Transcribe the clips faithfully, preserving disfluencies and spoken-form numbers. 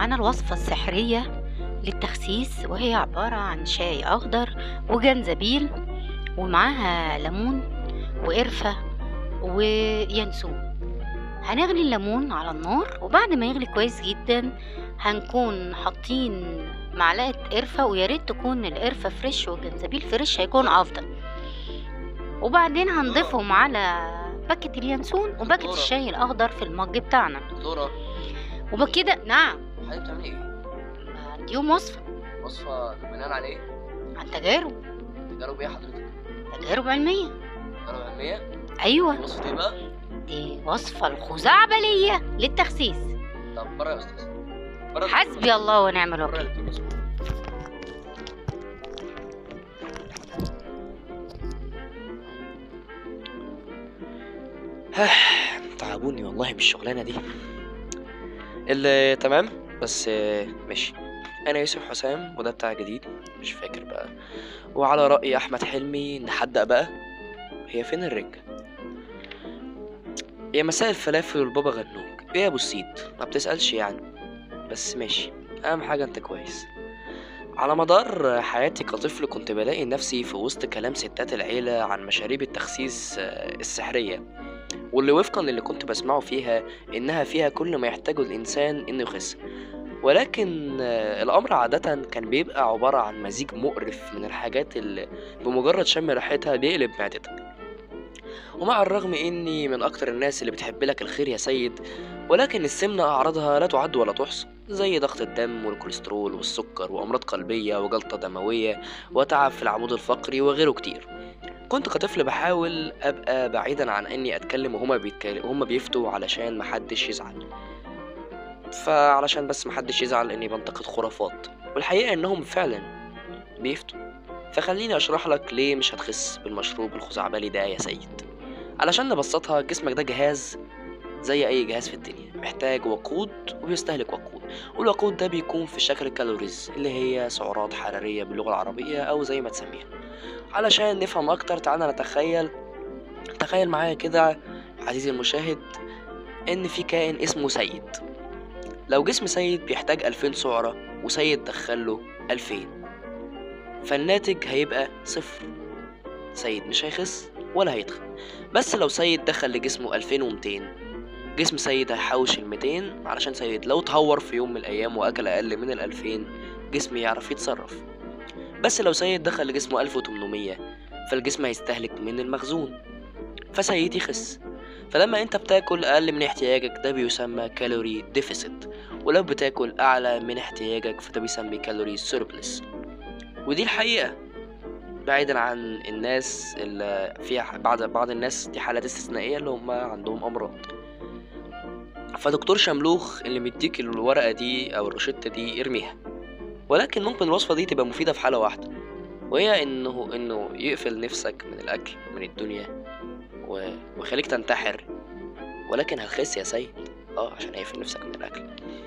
معانا الوصفة السحرية للتخسيس، وهي عبارة عن شاي أخضر وجنزبيل ومعاها ليمون وقرفة وينسون. هنغلي الليمون على النار، وبعد ما يغلي كويس جدا هنكون حاطين معلقة قرفة، وياريت تكون القرفة فريش والجنزبيل فريش هيكون أفضل. وبعدين هنضيفهم على باكت اليانسون وباكت دكتورة. الشاي الأخضر في المج بتاعنا. دكتورة، وبكده نعم حضرتك بتعملي ايه؟ ديهم وصفة وصفة بناء على ايه؟ عن تجارب تجارب ايه حضرتك؟ تجارب علمية. تجارب علمية؟ أيوة، وصفة ايه بقى؟ دي وصفة الخزعبلية للتخسيس. طب بره يا استاذ، بره يا حسبي دكتور. الله ونعم بره يا الوكيل. دكتور. تعبوني والله بالشغلانة دي. اللي تمام بس آه، ماشي. انا يوسف حسام وده بتاع جديد مش فاكر بقى. وعلى رأي احمد حلمي نحدق بقى. هي فين الرنجة؟ يا مساء الفلافل والبابا غنوج. ايه يا ابو السيد ما بتسألش يعني؟ بس ماشي، اهم حاجة انت كويس. على مدار حياتي كطفل كنت بلاقي نفسي في وسط كلام ستات العيلة عن مشاريب التخسيس آه، السحرية، واللي وفقا للي كنت بسمعه فيها إنها فيها كل ما يحتاجه الإنسان إنه يخس. ولكن آه، الأمر عادة كان بيبقى عبارة عن مزيج مقرف من الحاجات اللي بمجرد شم ريحتها بيقلب معدتك. ومع الرغم إني من أكتر الناس اللي بتحب لك الخير يا سيد، ولكن السمنة أعراضها لا تعد ولا تحصى، زي ضغط الدم والكوليسترول والسكر وأمراض قلبية وجلطة دموية وتعب في العمود الفقري وغيره كتير. كنت كطفل بحاول أبقى بعيدا عن إني أتكلم وهما بيتكلم وهما بيفتوا علشان محدش يزعل، فعلشان بس محدش يزعل إني بنتقد خرافات، والحقيقة إنهم فعلا بيفتوا. فخليني أشرح لك ليه مش هتخس بالمشروب الخزعبلي ده يا سيد. علشان نبسطها، جسمك ده جهاز زي أي جهاز في الدنيا، محتاج وقود وبيستهلك وقود، والوقود ده بيكون في شكل الكالوريز اللي هي سعرات حرارية باللغة العربية أو زي ما تسميها. علشان نفهم أكتر تعالى نتخيل تخيل معايا كده عزيزي المشاهد إن في كائن اسمه سيد. لو جسم سيد بيحتاج ألفين سعرة وسيد دخله ألفين، فالناتج هيبقى صفر. سيد مش هيخس ولا هيتخن. بس لو سيد دخل لجسمه ألفين ومتين، جسم سيد هيحوش الميتين، علشان سيد لو تهور في يوم من الأيام وأكل أقل من الألفين جسم يعرف يتصرف. بس لو سيد دخل لجسمه ألف وتمنمية، فالجسم هيستهلك من المخزون، فسيد يخس. فلما انت بتاكل أقل من احتياجك ده بيسمى كالوري ديفيسيت، ولو بتاكل أعلى من احتياجك فده بيسمى كالوري سيربلس. ودي الحقيقة، بعيدا عن الناس اللي فيها بعض بعض الناس دي حالات استثنائية اللي هم عندهم أمراض. فدكتور شملوخ اللي مديك الورقة دي أو الروشتة دي ارميها. ولكن ممكن الوصفة دي تبقى مفيدة في حالة واحدة، وهي إنه إنه يقفل نفسك من الأكل من الدنيا و- ويخليك تنتحر. ولكن هتخس يا سيد، اه عشان هيقفل نفسك من الأكل.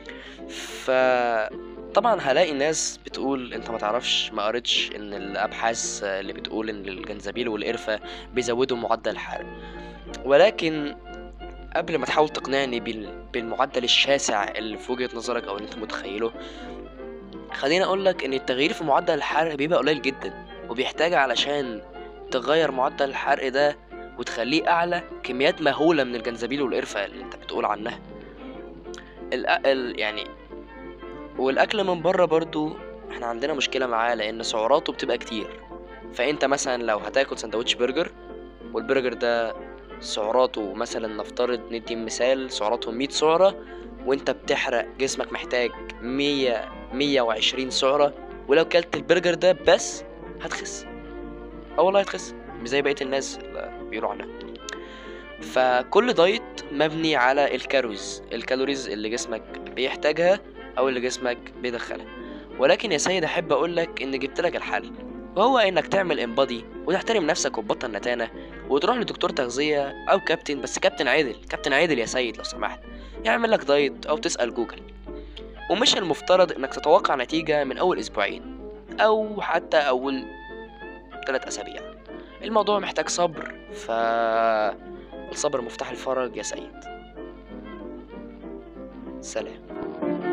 فطبعا هلاقي ناس بتقول انت ما تعرفش، ما قريتش ان الابحاث اللي بتقول ان الجنزبيل والقرفة بيزودوا معدل الحرق. ولكن قبل ما تحاول تقنعني بال- بالمعدل الشاسع اللي في وجهة نظرك او اللي انت متخيله، خليني اقولك ان التغيير في معدل الحرق بيبقى قليل جدا، وبيحتاج علشان تغير معدل الحرق ده وتخليه اعلى كميات مهولة من الجنزبيل والقرفة اللي انت بتقول عنها. الأقل يعني، والاكل من بره برضو احنا عندنا مشكلة معاه لان سعراته بتبقى كتير. فانت مثلا لو هتاكل سندوتش برجر، والبرجر ده سعراته مثلا نفترض ندي مثال سعراته مية سعرة، وانت بتحرق جسمك محتاج مية مية وعشرين سعرة، ولو كلت البرجر ده بس هتخس. اه والله هتخس مش زي بقية الناس اللي بيقولوا عنها. فكل دايت مبني على الكالوريز الكالوريز اللي جسمك بيحتاجها او اللي جسمك بيدخلها. ولكن يا سيد احب اقولك ان جبت لك الحل، وهو انك تعمل انبادي وتحترم نفسك وتبطل نتانة، وتروح لدكتور تغذية او كابتن، بس كابتن عادل كابتن عادل يا سيد لو سمحت، يعمل لك دايت او تسأل جوجل. ومش المفترض انك تتوقع نتيجة من اول اسبوعين او حتى اول ثلاث اسابيع. الموضوع محتاج صبر، ف الصبر مفتاح الفرج يا سيد. سلام.